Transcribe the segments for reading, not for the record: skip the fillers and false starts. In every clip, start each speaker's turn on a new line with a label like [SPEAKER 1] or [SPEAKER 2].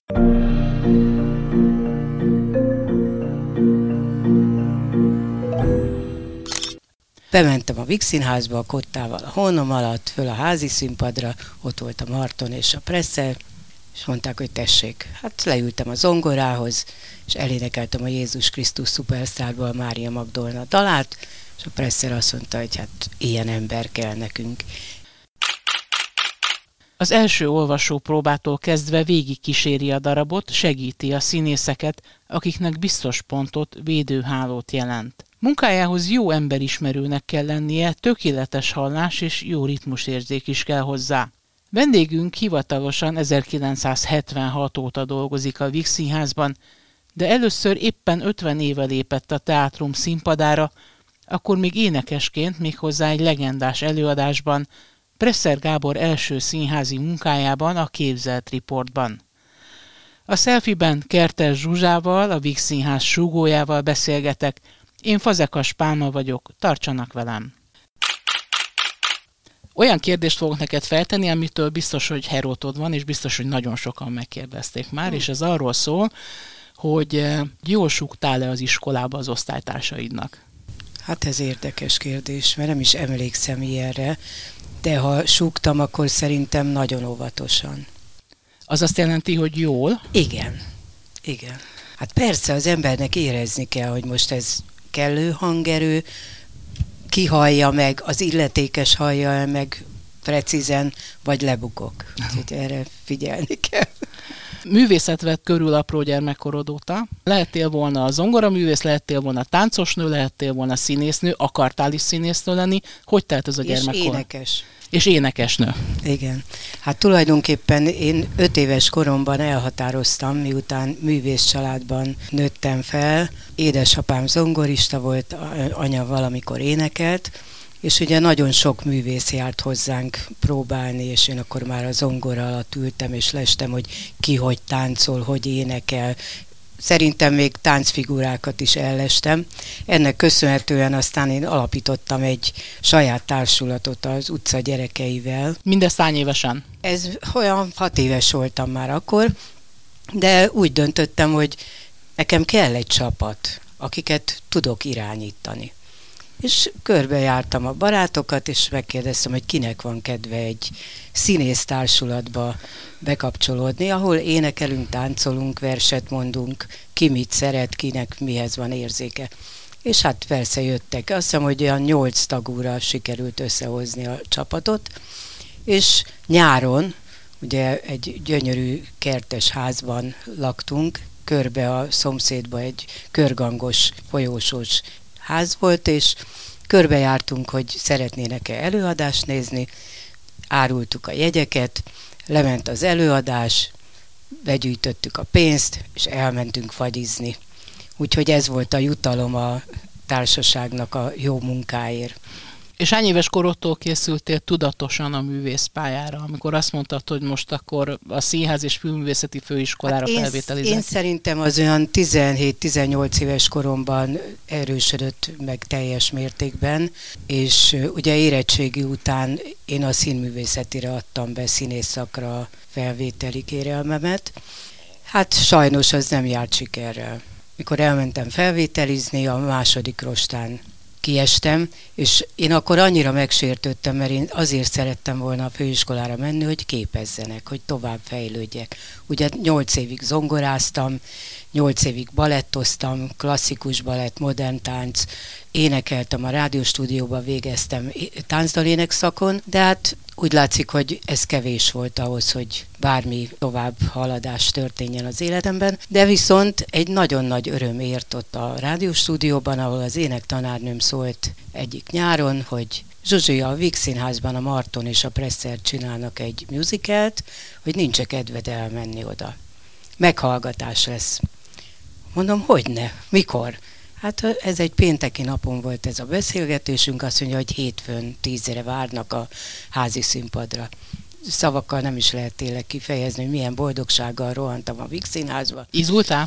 [SPEAKER 1] Bementem a Víg Színházba a kottával a hónom alatt, föl a házi színpadra, ott volt a Marton és a Presser, és mondták, hogy tessék. Hát leültem a zongorához, és elénekeltem a Jézus Krisztus Szupersztárból a Mária Magdolna dalát, és a Presser azt mondta, hogy hát ilyen ember kell nekünk.
[SPEAKER 2] Az első olvasópróbától kezdve végig kíséri a darabot, segíti a színészeket, akiknek biztos pontot, védőhálót jelent. Munkájához jó emberismerőnek kell lennie, tökéletes hallás és jó ritmusérzék is kell hozzá. Vendégünk hivatalosan 1976 óta dolgozik a Víg Színházban, de először éppen 50 éve lépett a teátrum színpadára, akkor még énekesként, méghozzá egy legendás előadásban, Presser Gábor első színházi munkájában, a Képzelt Riportban. A selfie-ben Kertes Zsuzsával, a Víg Színház súgójával beszélgetek. Én Fazekas Pálma vagyok, tartsanak velem! Olyan kérdést fogok neked feltenni, amitől biztos, hogy herótod van, és biztos, hogy nagyon sokan megkérdezték már, és ez arról szól, hogy jól súgtál-e az iskolába az osztálytársaidnak?
[SPEAKER 1] Hát ez érdekes kérdés, mert nem is emlékszem ilyenre, de ha súgtam, akkor szerintem nagyon óvatosan.
[SPEAKER 2] Az azt jelenti, hogy jól?
[SPEAKER 1] Igen. Hát persze az embernek érezni kell, hogy most ez kellő hangerő, ki hallja meg, az illetékes hallja meg precízen, vagy lebukok. Úgyhogy erre figyelni kell.
[SPEAKER 2] Művészet vett körül apró gyermekkorod óta. Lehettél volna a zongoraművész, lehettél volna táncosnő, lehettél volna színésznő, akartál is színésznő lenni. Hogy telt ez a gyermekkor?
[SPEAKER 1] És énekes.
[SPEAKER 2] És énekesnő.
[SPEAKER 1] Igen. Hát tulajdonképpen én 5 éves koromban elhatároztam, miután művész családban nőttem fel. Édesapám zongorista volt, anya valamikor énekelt, és ugye nagyon sok művész járt hozzánk próbálni, és én akkor már a zongora alatt ültem, és lestem, hogy ki hogy táncol, hogy énekel. Szerintem még táncfigurákat is ellestem. Ennek köszönhetően aztán én alapítottam egy saját társulatot az utca gyerekeivel.
[SPEAKER 2] Mindezt hány évesen?
[SPEAKER 1] Ez olyan 6 éves voltam már akkor, de úgy döntöttem, hogy nekem kell egy csapat, akiket tudok irányítani. És körbejártam a barátokat, és megkérdeztem, hogy kinek van kedve egy színész társulatba bekapcsolódni, ahol énekelünk, táncolunk, verset mondunk, ki mit szeret, kinek mihez van érzéke. És hát persze jöttek. Azt hiszem, hogy olyan 8 tagúra sikerült összehozni a csapatot, és nyáron, ugye egy gyönyörű kertes házban laktunk, körbe a szomszédba egy körgangos, folyósós ház volt, és körbejártunk, hogy szeretnének-e előadást nézni, árultuk a jegyeket, lement az előadás, begyűjtöttük a pénzt, és elmentünk fagyizni. Úgyhogy ez volt a jutalom a társaságnak a jó munkáért.
[SPEAKER 2] És hány éves korodtól készültél tudatosan a művészpályára, amikor azt mondtad, hogy most akkor a Színház és Filmművészeti Főiskolára felvételizett?
[SPEAKER 1] Én szerintem az olyan 17-18 éves koromban erősödött meg teljes mértékben, és ugye érettségi után én a színművészetire adtam be színészszakra felvételi kérelmemet. Hát sajnos az nem járt sikerrel. Mikor elmentem felvételizni, a második rostán kiestem, és én akkor annyira megsértődtem, mert én azért szerettem volna a főiskolára menni, hogy képezzenek, hogy tovább fejlődjek. Ugye 8 évig zongoráztam, 8 évig balettoztam, klasszikus balett, modern tánc, énekeltem a rádióstúdióban, végeztem táncdalének szakon, de hát úgy látszik, hogy ez kevés volt ahhoz, hogy bármi tovább haladás történjen az életemben, de viszont egy nagyon nagy öröm ért ott a rádióstúdióban, ahol az énektanárnőm szólt egyik nyáron, hogy Zsuzsi, a Víg Színházban a Marton és a Presser csinálnak egy musicalt, hogy nincs kedved elmenni oda. Meghallgatás lesz. Mondom, hogyne, mikor? Hát ez egy pénteki napon volt ez a beszélgetésünk, azt mondja, hogy hétfőn 10-re várnak a házi színpadra. Szavakkal nem is lehet tényleg kifejezni, hogy milyen boldogsággal rohantam a Víg Színházba.
[SPEAKER 2] Izgultál?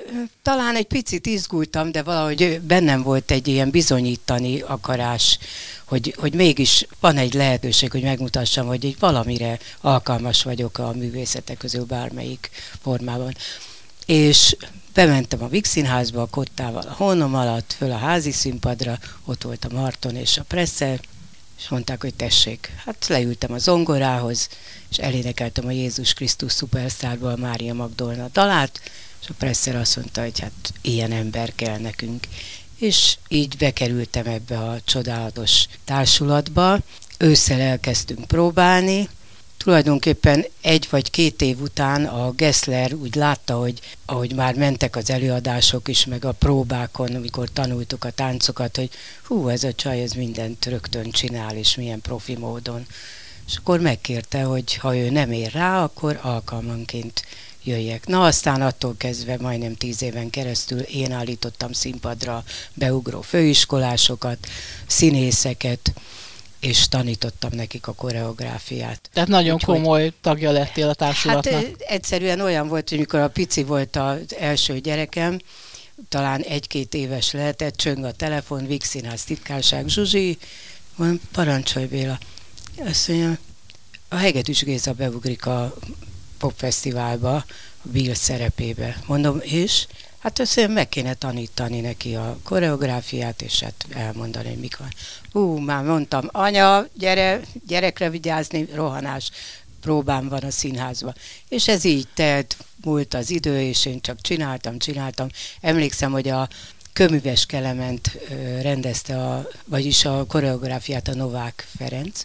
[SPEAKER 1] talán egy picit izgultam, de valahogy bennem volt egy ilyen bizonyítani akarás, hogy mégis van egy lehetőség, hogy megmutassam, hogy egy valamire alkalmas vagyok a művészetek közül bármelyik formában. És bementem a Víg Színházba a kottával a hónom alatt, föl a házi színpadra, ott volt a Marton és a Presser, és mondták, hogy tessék. Hát leültem a zongorához, és elénekeltem a Jézus Krisztus Szupersztárból a Mária Magdolna dalát, és a Presser azt mondta, hogy hát ilyen ember kell nekünk. És így bekerültem ebbe a csodálatos társulatba. Ősszel elkezdtünk próbálni. Tulajdonképpen 1 vagy 2 év után a Gessler úgy látta, hogy ahogy már mentek az előadások is, meg a próbákon, amikor tanultuk a táncokat, hogy hú, ez a csaj, ez mindent rögtön csinál, és milyen profi módon. És akkor megkérte, hogy ha ő nem ér rá, akkor alkalmanként jöjjek. Na aztán attól kezdve majdnem 10 éven keresztül én állítottam színpadra beugró főiskolásokat, színészeket, és tanítottam nekik a koreográfiát.
[SPEAKER 2] Tehát nagyon komoly tagja lettél a társulatnak.
[SPEAKER 1] Hát egyszerűen olyan volt, hogy mikor a pici volt az első gyerekem, talán 1-2 éves lehetett, csöng a telefon, Víg Színház titkárság, Zsuzsi, mondom, parancsolj Béla. Azt mondja, a Hegedűs Géza beugrik a popfesztiválba, a Bill szerepébe. Mondom, és? Hát össze meg kéne tanítani neki a koreográfiát, és hát elmondani, hogy mik van. Már mondtam, anya, gyere, gyerekre vigyázni, rohanás, próbám van a színházban. És ez így telt, múlt az idő, és én csak csináltam. Emlékszem, hogy a Kőműves Klement rendezte, vagyis a koreográfiát a Novák Ferenc,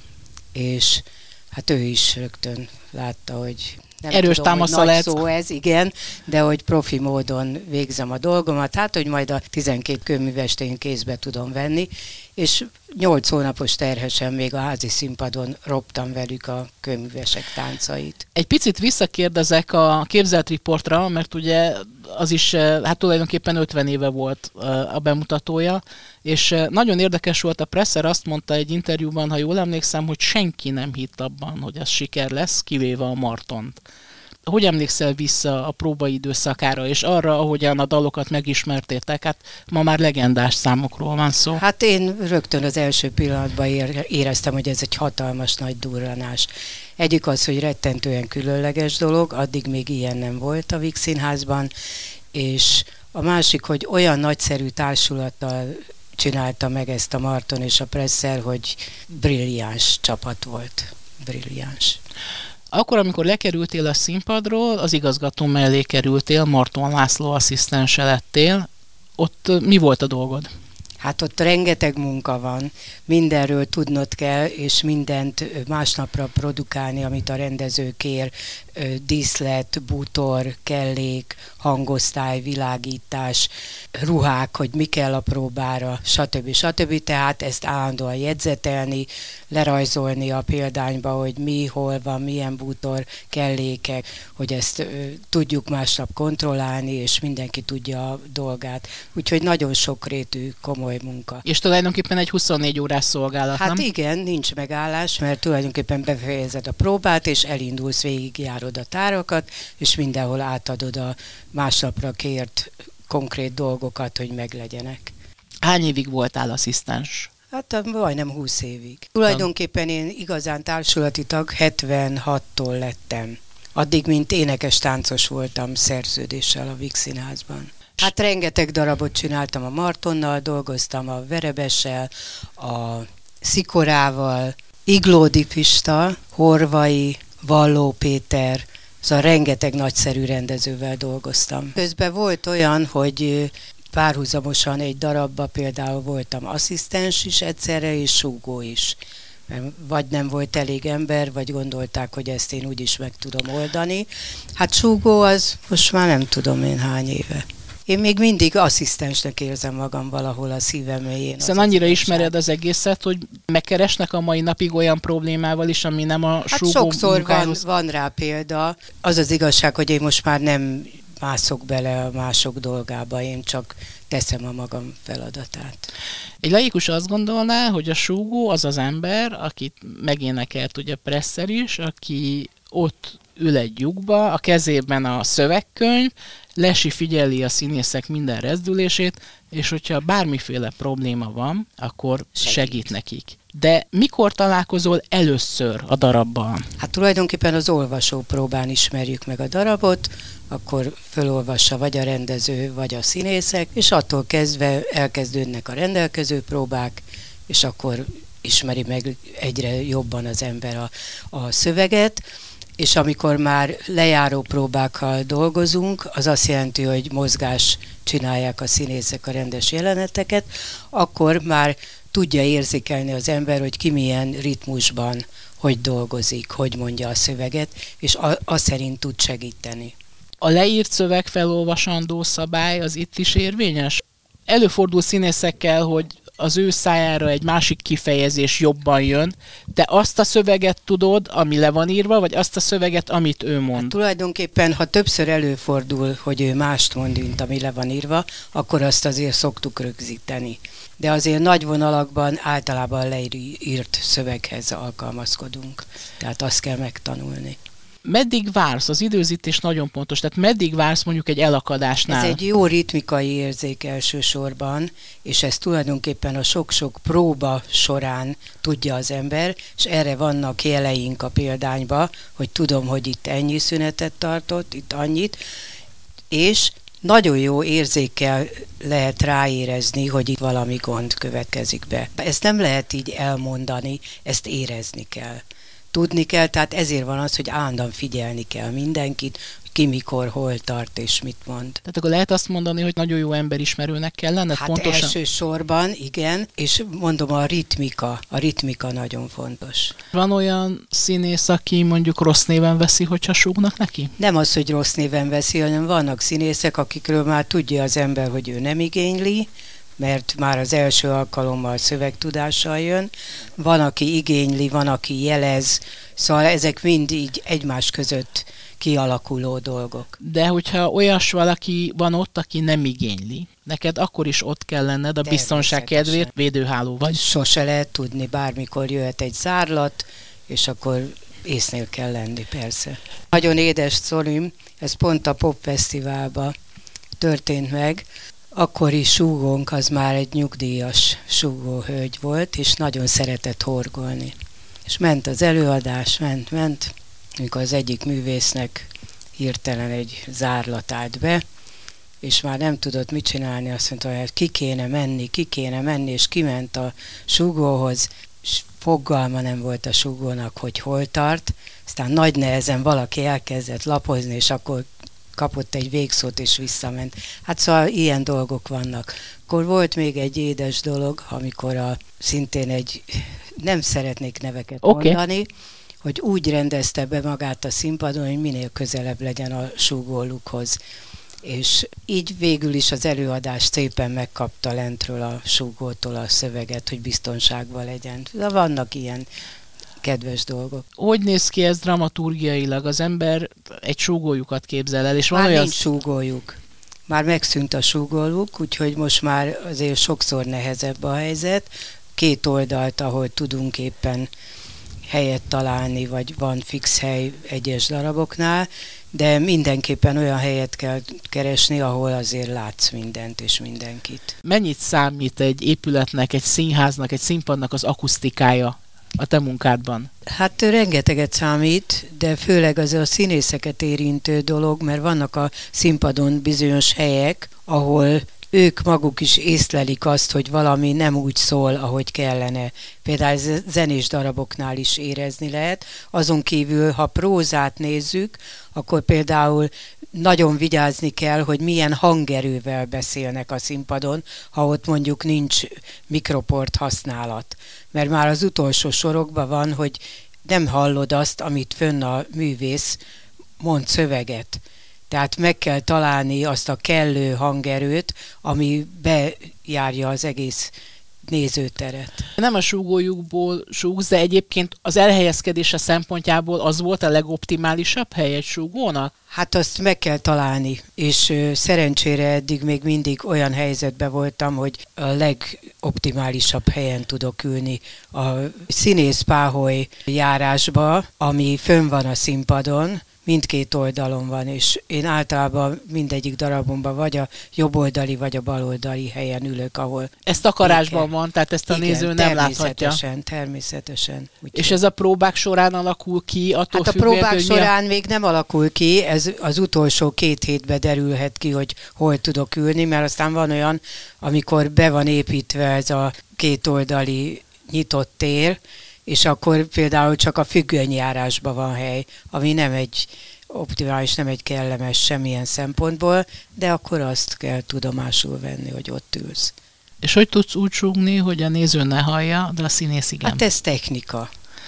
[SPEAKER 1] és hát ő is rögtön látta, hogy nem
[SPEAKER 2] erős
[SPEAKER 1] tudom, hogy nagy
[SPEAKER 2] lehet.
[SPEAKER 1] szó ez, igen, de hogy profi módon végzem a dolgomat, hát hogy majd a 12 kőművest én kézbe tudom venni, és 8 hónapos terhesen még a házi színpadon roptam velük a kőművesek táncait.
[SPEAKER 2] Egy picit visszakérdezek a Képzelt Riportra, mert ugye az is hát tulajdonképpen 50 éve volt a bemutatója, és nagyon érdekes volt, a Presser azt mondta egy interjúban, ha jól emlékszem, hogy senki nem hitt abban, hogy ez siker lesz, kivéve a Martont. Hogy emlékszel vissza a próbai időszakára, és arra, ahogyan a dalokat megismertétek? Hát ma már legendás számokról van szó.
[SPEAKER 1] Hát én rögtön az első pillanatban éreztem, hogy ez egy hatalmas nagy durranás. Egyik az, hogy rettentően különleges dolog, addig még ilyen nem volt a Víg Színházban, és a másik, hogy olyan nagyszerű társulattal csinálta meg ezt a Marton és a Presser, hogy brilliáns csapat volt. Brilliáns.
[SPEAKER 2] Akkor, amikor lekerültél a színpadról, az igazgató mellé kerültél, Marton László asszisztense lettél. Ott mi volt a dolgod?
[SPEAKER 1] Hát ott rengeteg munka van, mindenről tudnod kell, és mindent másnapra produkálni, amit a rendező kér, díszlet, bútor, kellék, hangosztály, világítás, ruhák, hogy mi kell a próbára, stb. Tehát ezt állandóan jegyzetelni, lerajzolni a példányba, hogy mi, hol van, milyen bútor, kellékek, hogy ezt tudjuk másnap kontrollálni, és mindenki tudja a dolgát. Úgyhogy nagyon sokrétű, komoly munka.
[SPEAKER 2] És tulajdonképpen egy 24 órás szolgálat,
[SPEAKER 1] hát
[SPEAKER 2] nem?
[SPEAKER 1] Igen, nincs megállás, mert tulajdonképpen befejezed a próbát, és elindulsz, végigjárod a tárakat, és mindenhol átadod a másnapra kért konkrét dolgokat, hogy meglegyenek.
[SPEAKER 2] Hány évig voltál asszisztens?
[SPEAKER 1] Hát majdnem 20 évig. Tulajdonképpen én igazán társulati tag 76-tól lettem. Addig, mint énekes táncos voltam szerződéssel a Víg Színházban. Hát rengeteg darabot csináltam a Martonnal, dolgoztam a Verebessel, a Szikorával, Iglódi Pista, Horvai, Valló Péter, szóval rengeteg nagyszerű rendezővel dolgoztam. Közben volt olyan, hogy párhuzamosan egy darabban például voltam asszisztens is egyszerre, és súgó is. Mert vagy nem volt elég ember, vagy gondolták, hogy ezt én úgyis meg tudom oldani. Hát súgó az most már nem tudom én hány éve. Én még mindig asszisztensnek érzem magam valahol a szívem mélyén.
[SPEAKER 2] Hiszen annyira ismered az egészet, hogy megkeresnek a mai napig olyan problémával is, ami nem a súgó
[SPEAKER 1] sokszor
[SPEAKER 2] munkához.
[SPEAKER 1] van rá példa. Az az igazság, hogy én most már nem mászok bele a mások dolgába, én csak teszem a magam feladatát.
[SPEAKER 2] Egy laikus azt gondolná, hogy a súgó az az ember, akit megénekelt ugye Presser is, aki ott ül egy lyukba, a kezében a szövegkönyv, Lesi figyeli a színészek minden rezdülését, és hogyha bármiféle probléma van, akkor segít nekik. De mikor találkozol először a darabbal?
[SPEAKER 1] Hát tulajdonképpen az olvasópróbán ismerjük meg a darabot, akkor fölolvassa vagy a rendező, vagy a színészek, és attól kezdve elkezdődnek a rendelkező próbák, és akkor ismeri meg egyre jobban az ember a szöveget, és amikor már lejáró próbákkal dolgozunk, az azt jelenti, hogy mozgás csinálják a színészek a rendes jeleneteket, akkor már tudja érzékelni az ember, hogy ki milyen ritmusban, hogy dolgozik, hogy mondja a szöveget, és azt szerint tud segíteni.
[SPEAKER 2] A leírt szöveg felolvasandó szabály az itt is érvényes? Előfordul színészekkel, hogy az ő szájára egy másik kifejezés jobban jön, de azt a szöveget tudod, ami le van írva, vagy azt a szöveget, amit ő mond?
[SPEAKER 1] Hát tulajdonképpen, ha többször előfordul, hogy ő mást mond, mint ami le van írva, akkor azt azért szoktuk rögzíteni. De azért nagy vonalakban általában leírt szöveghez alkalmazkodunk. Tehát azt kell megtanulni.
[SPEAKER 2] Meddig vársz? Az időzítés nagyon pontos. Tehát meddig vársz mondjuk egy elakadásnál?
[SPEAKER 1] Ez egy jó ritmikai érzék elsősorban, és ez tulajdonképpen a sok-sok próba során tudja az ember, és erre vannak jeleink a példányba, hogy tudom, hogy itt ennyi szünetet tartott, itt annyit, és nagyon jó érzékkel lehet ráérezni, hogy itt valami gond következik be. Ezt nem lehet így elmondani, ezt érezni kell. Tudni kell, tehát ezért van az, hogy állandóan figyelni kell mindenkit, hogy ki mikor, hol tart és mit mond.
[SPEAKER 2] Tehát akkor lehet azt mondani, hogy nagyon jó emberismerőnek kell lenned?
[SPEAKER 1] Hát
[SPEAKER 2] pontosan?
[SPEAKER 1] Elsősorban, igen, és mondom, a ritmika nagyon fontos.
[SPEAKER 2] Van olyan színész, aki mondjuk rossz néven veszi, hogyha súgnak neki?
[SPEAKER 1] Nem az, hogy rossz néven veszi, hanem vannak színészek, akikről már tudja az ember, hogy ő nem igényli, mert már az első alkalommal szövegtudással jön. Van, aki igényli, van, aki jelez, szóval ezek mind így egymás között kialakuló dolgok.
[SPEAKER 2] De hogyha olyas valaki van ott, aki nem igényli, neked akkor is ott kell lenned a biztonság kedvéért, védőháló vagy?
[SPEAKER 1] Sose lehet tudni, bármikor jöhet egy zárlat, és akkor észnél kell lenni, persze. Nagyon édes sztorim, ez pont a Popfesztiválban történt meg. Akkori súgónk az már egy nyugdíjas súgóhölgy volt, és nagyon szeretett horgolni. És ment az előadás, ment, amikor az egyik művésznek hirtelen egy zárlat állt be, és már nem tudott mit csinálni, azt mondta, hogy ki kéne menni, és kiment a súgóhoz, és fogalma nem volt a súgónak, hogy hol tart, aztán nagy nehezen valaki elkezdett lapozni, és akkor kapott egy végszót és visszament. Hát szóval ilyen dolgok vannak. Akkor volt még egy édes dolog, amikor szintén nem szeretnék neveket mondani, hogy úgy rendezte be magát a színpadon, hogy minél közelebb legyen a súgólukhoz. És így végül is az előadás szépen megkapta lentről a súgótól a szöveget, hogy biztonságban legyen. De vannak ilyen kedves dolgok.
[SPEAKER 2] Hogy néz ki ez dramaturgiailag? Az ember egy súgójukat képzel el, és van
[SPEAKER 1] már
[SPEAKER 2] olyan...
[SPEAKER 1] nincs súgójuk. Már megszűnt a súgójuk, úgyhogy most már azért sokszor nehezebb a helyzet. Két oldalt, ahol tudunk éppen helyet találni, vagy van fix hely egyes daraboknál, de mindenképpen olyan helyet kell keresni, ahol azért látsz mindent és mindenkit.
[SPEAKER 2] Mennyit számít egy épületnek, egy színháznak, egy színpadnak az akusztikája a te munkádban?
[SPEAKER 1] Hát rengeteget számít, de főleg az a színészeket érintő dolog, mert vannak a színpadon bizonyos helyek, ahol ők maguk is észlelik azt, hogy valami nem úgy szól, ahogy kellene. Például zenés daraboknál is érezni lehet. Azon kívül, ha prózát nézzük, akkor például nagyon vigyázni kell, hogy milyen hangerővel beszélnek a színpadon, ha ott mondjuk nincs mikroport használat. Mert már az utolsó sorokban van, hogy nem hallod azt, amit fönn a művész mond szöveget. Tehát meg kell találni azt a kellő hangerőt, ami bejárja az egész nézőteret.
[SPEAKER 2] Nem a súgójukból súgsz, de egyébként az elhelyezkedése szempontjából az volt a legoptimálisabb hely egy súgónak?
[SPEAKER 1] Hát azt meg kell találni, és szerencsére eddig még mindig olyan helyzetben voltam, hogy a legoptimálisabb helyen tudok ülni. A színészpáholy járásba, ami fönn van a színpadon, mindkét oldalon van, és én általában mindegyik darabomban vagy a jobboldali, vagy a baloldali helyen ülök, ahol...
[SPEAKER 2] Ez takarásban van, tehát ezt a néző nem láthatja.
[SPEAKER 1] Természetesen.
[SPEAKER 2] És ez a próbák során alakul ki, attól
[SPEAKER 1] hát a próbák során még nem alakul ki, ez az utolsó 2 hétben derülhet ki, hogy hol tudok ülni, mert aztán van olyan, amikor be van építve ez a 2 oldali nyitott tér, és akkor például csak a függönyjárásban van hely, ami nem egy optimális, nem egy kellemes semmilyen szempontból, de akkor azt kell tudomásul venni, hogy ott ülsz.
[SPEAKER 2] És hogy tudsz úgy súgni, hogy a néző ne hallja, de a színész igen?
[SPEAKER 1] Hát ez technika.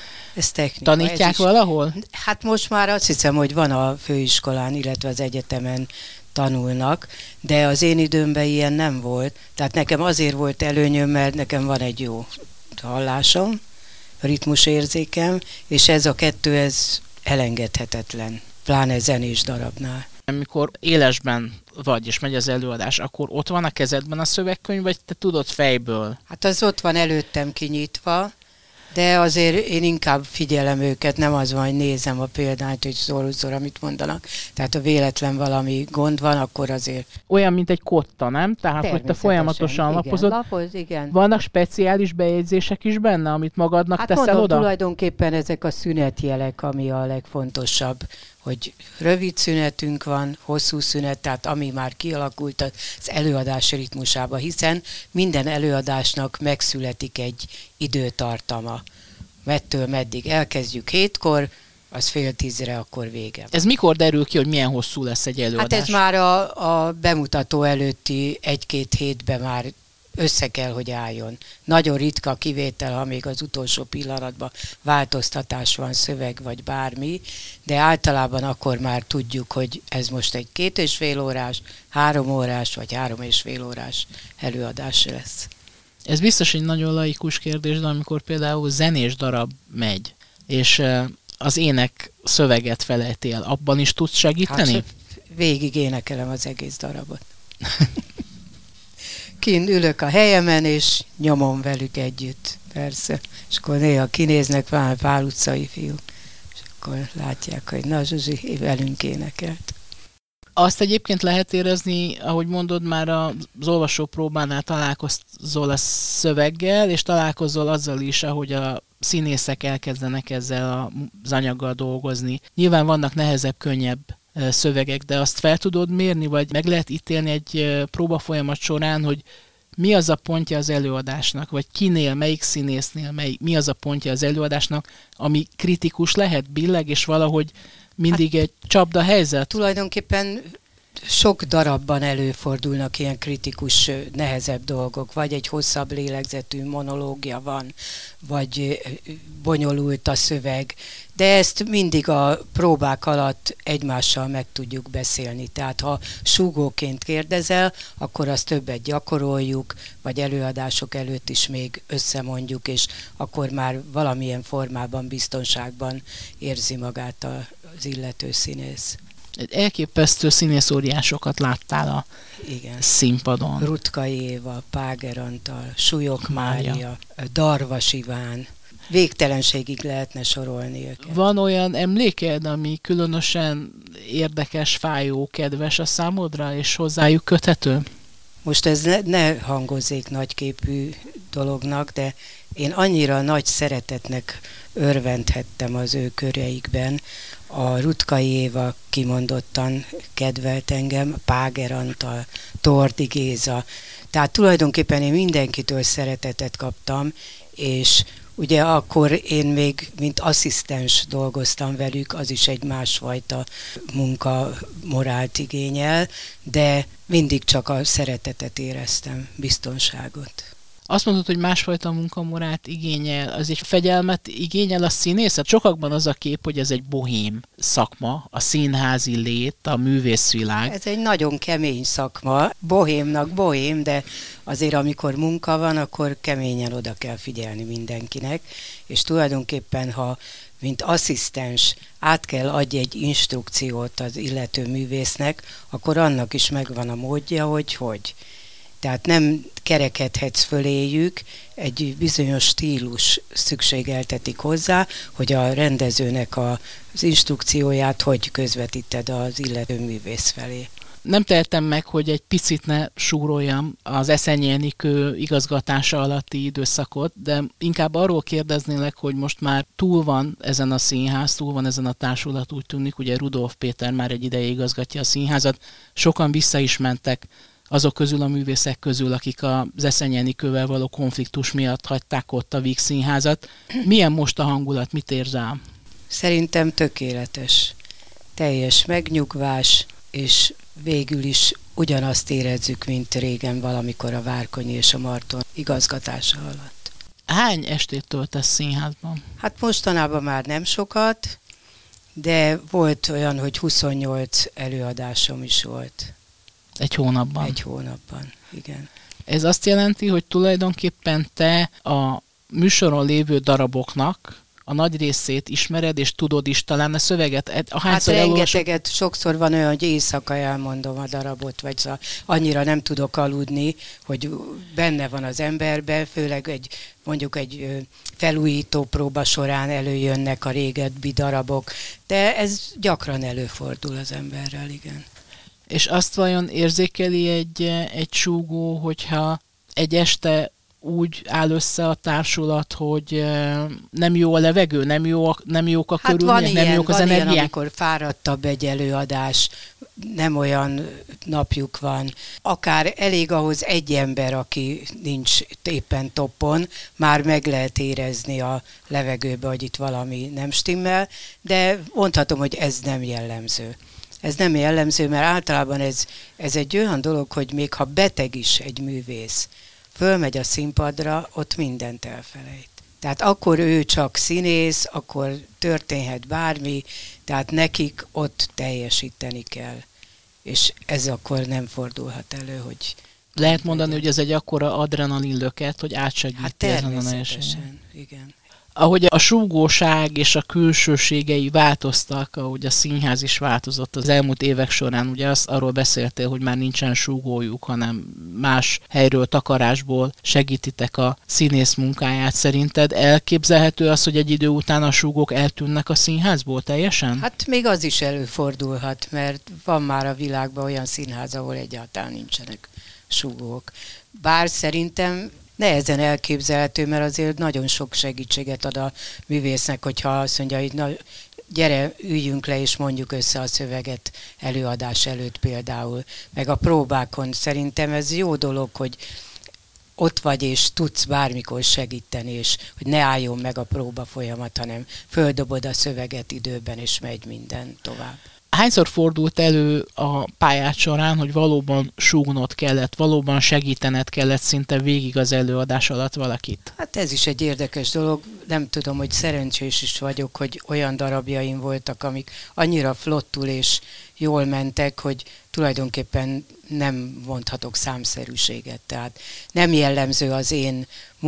[SPEAKER 2] Tanítják valahol?
[SPEAKER 1] Hát most már azt hiszem, hogy van a főiskolán, illetve az egyetemen tanulnak, de az én időmben ilyen nem volt. Tehát nekem azért volt előnyöm, mert nekem van egy jó hallásom, ritmusérzékem, és ez a 2, ez elengedhetetlen, pláne zenés darabnál.
[SPEAKER 2] Amikor élesben vagy, és megy az előadás, akkor ott van a kezedben a szövegkönyv, vagy te tudod fejből?
[SPEAKER 1] Hát az ott van előttem kinyitva, de azért én inkább figyelem őket, nem az van, hogy nézem a példányt, hogy szól, amit mondanak. Tehát ha véletlen valami gond van, akkor azért...
[SPEAKER 2] Olyan, mint egy kotta, nem? Tehát, hogy te folyamatosan lapozod.
[SPEAKER 1] Lapoz, igen.
[SPEAKER 2] Vannak speciális bejegyzések is benne, amit magadnak
[SPEAKER 1] hát
[SPEAKER 2] teszel
[SPEAKER 1] mondom,
[SPEAKER 2] oda? Tulajdonképpen
[SPEAKER 1] ezek a szünetjelek, ami a legfontosabb, hogy rövid szünetünk van, hosszú szünet, tehát ami már kialakult az előadás ritmusába, hiszen minden előadásnak megszületik egy időtartama. Mettől meddig elkezdjük 7-kor, az 9:30, akkor vége.
[SPEAKER 2] Ez mikor derül ki, hogy milyen hosszú lesz egy előadás?
[SPEAKER 1] Hát ez már a bemutató előtti 1-2 hétben már össze kell, hogy álljon. Nagyon ritka kivétel, ha még az utolsó pillanatban változtatás van, szöveg vagy bármi, de általában akkor már tudjuk, hogy ez most egy 2,5 órás, 3 órás vagy 3,5 órás előadás lesz.
[SPEAKER 2] Ez biztos egy nagyon laikus kérdés, de amikor például zenés darab megy, és az ének szöveget felejti el, abban is tudsz segíteni?
[SPEAKER 1] Hát végig énekelem az egész darabot. Kint ülök a helyemen, és nyomom velük együtt, persze. És akkor néha kinéznek, Pál utcai fiúk, és akkor látják, hogy na Zsuzsi, velünk énekelt.
[SPEAKER 2] Azt egyébként lehet érezni, ahogy mondod, már az olvasópróbánál találkozol a szöveggel, és találkozol azzal is, ahogy a színészek elkezdenek ezzel az anyaggal dolgozni. Nyilván vannak nehezebb, könnyebb szövegek, de azt fel tudod mérni, vagy meg lehet ítélni egy próbafolyamat során, hogy mi az a pontja az előadásnak, vagy kinél, melyik színésznél, mi az a pontja az előadásnak, ami kritikus lehet, billeg, és valahogy mindig egy csapda helyzet?
[SPEAKER 1] Tulajdonképpen sok darabban előfordulnak ilyen kritikus, nehezebb dolgok, vagy egy hosszabb lélegzetű monológia van, vagy bonyolult a szöveg, de ezt mindig a próbák alatt egymással meg tudjuk beszélni. Tehát ha súgóként kérdezel, akkor azt többet gyakoroljuk, vagy előadások előtt is még összemondjuk, és akkor már valamilyen formában, biztonságban érzi magát az illető színész.
[SPEAKER 2] Elképesztő színészóriásokat láttál a színpadon.
[SPEAKER 1] Rutkai Éva, Páger Antal, Súlyog Mária, Darvas Iván. Végtelenségig lehetne sorolni őket.
[SPEAKER 2] Van olyan emléked, ami különösen érdekes, fájó, kedves a számodra, és hozzájuk köthető?
[SPEAKER 1] Most ez ne hangozzék nagyképű dolognak, de én annyira nagy szeretetnek örvendhettem az ő köreikben. A Rutkai Éva kimondottan kedvelt engem, Páger Antal, Tordi Géza. Tehát tulajdonképpen én mindenkitől szeretetet kaptam, és ugye akkor én még mint asszisztens dolgoztam velük, az is egy másfajta munkamorált igényel, de mindig csak a szeretetet éreztem, biztonságot.
[SPEAKER 2] Azt mondod, hogy másfajta munkamorált igényel, az egy fegyelmet igényel a színészet? Sokakban az a kép, hogy ez egy bohém szakma, a színházi lét, a művészvilág.
[SPEAKER 1] Ez egy nagyon kemény szakma, bohémnak bohém, de azért amikor munka van, akkor keményen oda kell figyelni mindenkinek, és tulajdonképpen, ha mint asszisztens át kell adni egy instrukciót az illető művésznek, akkor annak is megvan a módja, hogy. Tehát nem kerekedhetsz föléjük, egy bizonyos stílus szükségeltetik hozzá, hogy a rendezőnek az instrukcióját hogy közvetíted az illető művész felé.
[SPEAKER 2] Nem tehetem meg, hogy egy picit ne súroljam az Eszenyi Enikő igazgatása alatti időszakot, de inkább arról kérdeznélek, hogy most már túl van ezen a színház, túl van ezen a társulat, úgy tűnik, ugye Rudolf Péter már egy ideje igazgatja a színházat, sokan vissza is mentek azok közül a művészek közül, akik az Eszenyi Enikővel való konfliktus miatt hagyták ott a Víg Színházat. Milyen most a hangulat, mit érzel?
[SPEAKER 1] Szerintem tökéletes. Teljes megnyugvás, és végül is ugyanazt érezzük, mint régen valamikor a Várkonyi és a Marton igazgatása alatt.
[SPEAKER 2] Hány estét töltesz színházban?
[SPEAKER 1] Hát mostanában már nem sokat, de volt olyan, hogy 28 előadásom is volt.
[SPEAKER 2] Egy hónapban?
[SPEAKER 1] Egy hónapban, igen.
[SPEAKER 2] Ez azt jelenti, hogy tulajdonképpen te a műsoron lévő daraboknak a nagy részét ismered, és tudod is talán a szöveget.
[SPEAKER 1] Hát rengeteget, sokszor van olyan, hogy éjszaka elmondom a darabot, vagy annyira nem tudok aludni, hogy benne van az emberben, főleg mondjuk egy felújító próba során előjönnek a régebbi darabok, de ez gyakran előfordul az emberrel, igen.
[SPEAKER 2] És azt vajon érzékeli egy súgó, hogyha egy este úgy áll össze a társulat, hogy nem jó a levegő, nem jók a körülmények, nem jók az energiák?
[SPEAKER 1] Ilyen, amikor fáradtabb egy előadás, nem olyan napjuk van. Akár elég ahhoz egy ember, aki nincs éppen toppon, már meg lehet érezni a levegőbe, hogy itt valami nem stimmel, de mondhatom, hogy ez nem jellemző. Ez nem jellemző, mert általában ez egy olyan dolog, hogy még ha beteg is egy művész, fölmegy a színpadra, ott mindent elfelejt. Tehát akkor ő csak színész, akkor történhet bármi, tehát nekik ott teljesíteni kell. És ez akkor nem fordulhat elő, hogy...
[SPEAKER 2] Lehet mondani, hogy ez egy akkora adrenalin löket, hogy átsegíti.
[SPEAKER 1] Hát természetesen, igen.
[SPEAKER 2] Ahogy a súgóság és a külsőségei változtak, ahogy a színház is változott az elmúlt évek során, ugye arról beszéltél, hogy már nincsen súgójuk, hanem más helyről, takarásból segítitek a színész munkáját. Szerinted elképzelhető az, hogy egy idő után a súgók eltűnnek a színházból teljesen?
[SPEAKER 1] Hát még az is előfordulhat, mert van már a világban olyan színház, ahol egyáltalán nincsenek súgók. Bár szerintem nehezen elképzelhető, mert azért nagyon sok segítséget ad a művésznek, hogyha azt mondja, hogy na, gyere, üljünk le és mondjuk össze a szöveget előadás előtt például, meg a próbákon. Szerintem ez jó dolog, hogy ott vagy és tudsz bármikor segíteni, és hogy ne álljon meg a próba folyamat, hanem földobod a szöveget időben, és megy minden tovább.
[SPEAKER 2] Hányszor fordult elő a pályát során, hogy valóban súgnod kellett, valóban segítened kellett szinte végig az előadás alatt valakit? Hát
[SPEAKER 1] ez is egy érdekes dolog. Nem tudom, hogy szerencsés is vagyok, hogy olyan darabjaim voltak, amik annyira flottul és jól mentek, hogy tulajdonképpen nem mondhatok számszerűséget. Tehát nem jellemző az én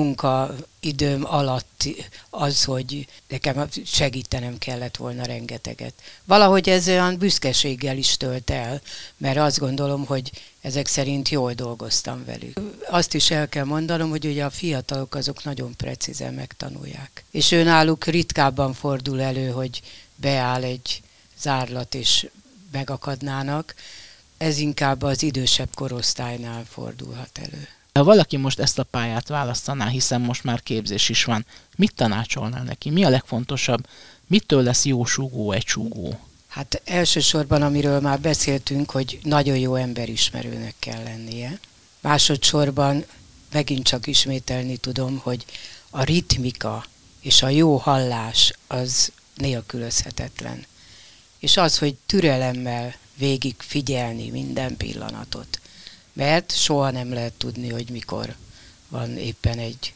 [SPEAKER 1] munkaidőm alatt az, hogy nekem segítenem kellett volna rengeteget. Valahogy ez olyan büszkeséggel is tölt el, mert azt gondolom, hogy ezek szerint jól dolgoztam velük. Azt is el kell mondanom, hogy ugye a fiatalok azok nagyon precízen megtanulják. És náluk ritkábban fordul elő, hogy beáll egy zárlat és megakadnának. Ez inkább az idősebb korosztálynál fordulhat elő.
[SPEAKER 2] Ha valaki most ezt a pályát választaná, hiszen most már képzés is van, mit tanácsolnál neki? Mi a legfontosabb? Mitől lesz jó súgó egy súgó?
[SPEAKER 1] Hát elsősorban, amiről már beszéltünk, hogy nagyon jó emberismerőnek kell lennie. Másodszorban megint csak ismételni tudom, hogy a ritmika és a jó hallás az nélkülözhetetlen. És az, hogy türelemmel végig figyelni minden pillanatot. Mert soha nem lehet tudni, hogy mikor van éppen egy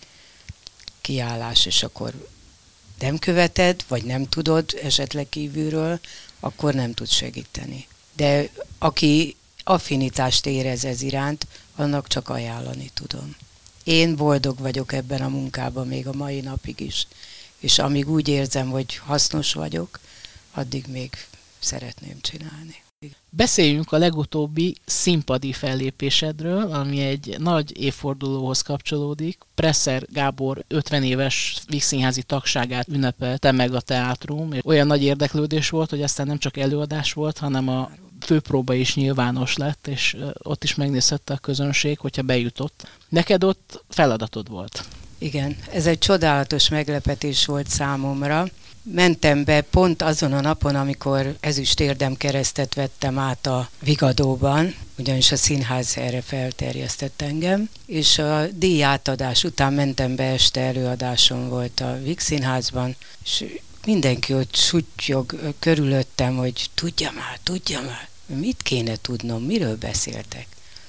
[SPEAKER 1] kiállás, és akkor nem követed, vagy nem tudod esetleg kívülről, akkor nem tud segíteni. De aki affinitást érez ez iránt, annak csak ajánlani tudom. Én boldog vagyok ebben a munkában még a mai napig is, és amíg úgy érzem, hogy hasznos vagyok, addig még szeretném csinálni.
[SPEAKER 2] Beszéljünk a legutóbbi színpadi fellépésedről, ami egy nagy évfordulóhoz kapcsolódik. Presser Gábor 50 éves vígszínházi tagságát ünnepelte meg a teátrum. Olyan nagy érdeklődés volt, hogy aztán nem csak előadás volt, hanem a főpróba is nyilvános lett, és ott is megnézhette a közönség, hogyha bejutott. Neked ott feladatod volt.
[SPEAKER 1] Igen, ez egy csodálatos meglepetés volt számomra. Mentem be pont azon a napon, amikor ezüst érdemkeresztet vettem át a Vigadóban, ugyanis a színház erre felterjesztett engem, és a díjátadás után mentem be, este előadásom volt a Vígszínházban, és mindenki ott suttyog körülöttem, hogy tudja már, mit kéne tudnom, miről beszéltek.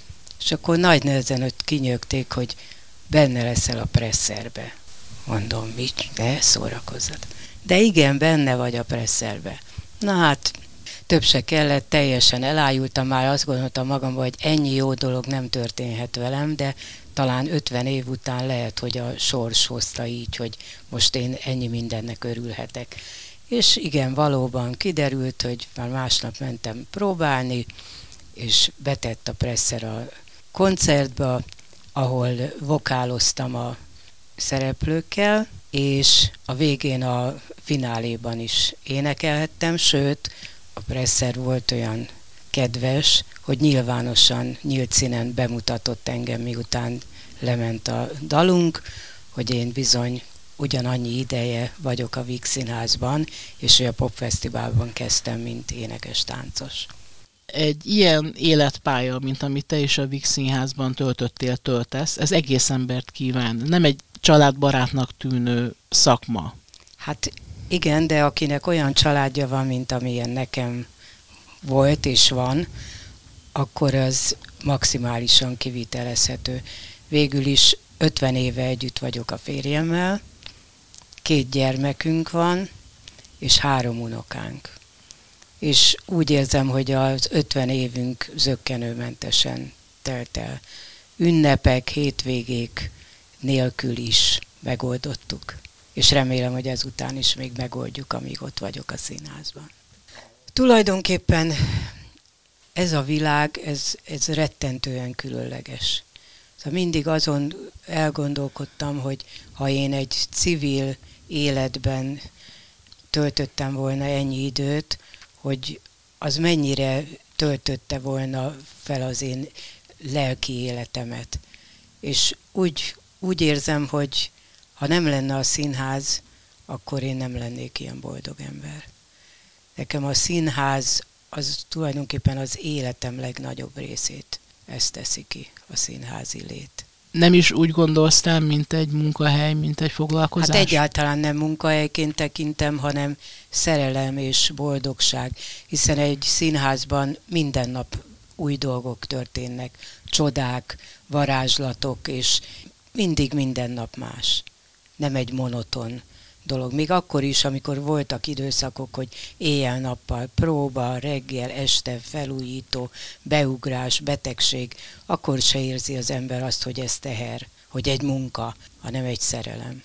[SPEAKER 1] És akkor nagy nehezen ott kinyögték, hogy benne leszel a Presserbe. Mondom, mit? Ne szórakozzad. De igen, benne vagy a Presserbe. Na hát, több se kellett, teljesen elájultam, már azt gondoltam magamban, hogy ennyi jó dolog nem történhet velem, de talán 50 év után lehet, hogy a sors hozta így, hogy most én ennyi mindennek örülhetek. És igen, valóban kiderült, hogy már másnap mentem próbálni, és betett a Presser a koncertbe, ahol vokáloztam a szereplőkkel, és a végén a fináléban is énekelhettem, sőt, a Presser volt olyan kedves, hogy nyilvánosan, nyílt színen bemutatott engem, miután lement a dalunk, hogy én bizony ugyanannyi ideje vagyok a Vígszínházban, és hogy a Popfesztiválban kezdtem, mint énekes-táncos.
[SPEAKER 2] Egy ilyen életpálya, mint amit te is a Vígszínházban töltesz, ez egész embert kíván. Nem egy családbarátnak tűnő szakma.
[SPEAKER 1] Hát igen, de akinek olyan családja van, mint amilyen nekem volt és van, akkor az maximálisan kivitelezhető. Végül is 50 éve együtt vagyok a férjemmel, 2 gyermekünk van, és 3 unokánk. És úgy érzem, hogy az 50 évünk zökkenőmentesen telt el. Ünnepek, hétvégék nélkül is megoldottuk. És remélem, hogy ezután is még megoldjuk, amíg ott vagyok a színházban. Tulajdonképpen ez a világ, ez rettentően különleges. Szóval mindig azon elgondolkodtam, hogy ha én egy civil életben töltöttem volna ennyi időt, hogy az mennyire töltötte volna fel az én lelki életemet. És úgy érzem, hogy ha nem lenne a színház, akkor én nem lennék ilyen boldog ember. Nekem a színház az tulajdonképpen az életem legnagyobb részét. Ezt teszi ki a színházi lét.
[SPEAKER 2] Nem is úgy gondolsztál, mint egy munkahely, mint egy foglalkozás?
[SPEAKER 1] Hát egyáltalán nem munkahelyként tekintem, hanem szerelem és boldogság, hiszen egy színházban minden nap új dolgok történnek, csodák, varázslatok, és mindig minden nap más. Nem egy monoton dolog. Még akkor is, amikor voltak időszakok, hogy éjjel-nappal próba, reggel, este felújító, beugrás, betegség, akkor se érzi az ember azt, hogy ez teher, hogy egy munka, hanem egy szerelem.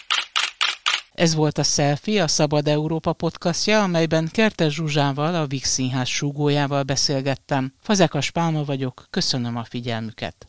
[SPEAKER 2] Ez volt a Selfie, a Szabad Európa podcastja, amelyben Kertes Zsuzsával, a Vígszínház súgójával beszélgettem. Fazekas Pálma vagyok, köszönöm a figyelmüket.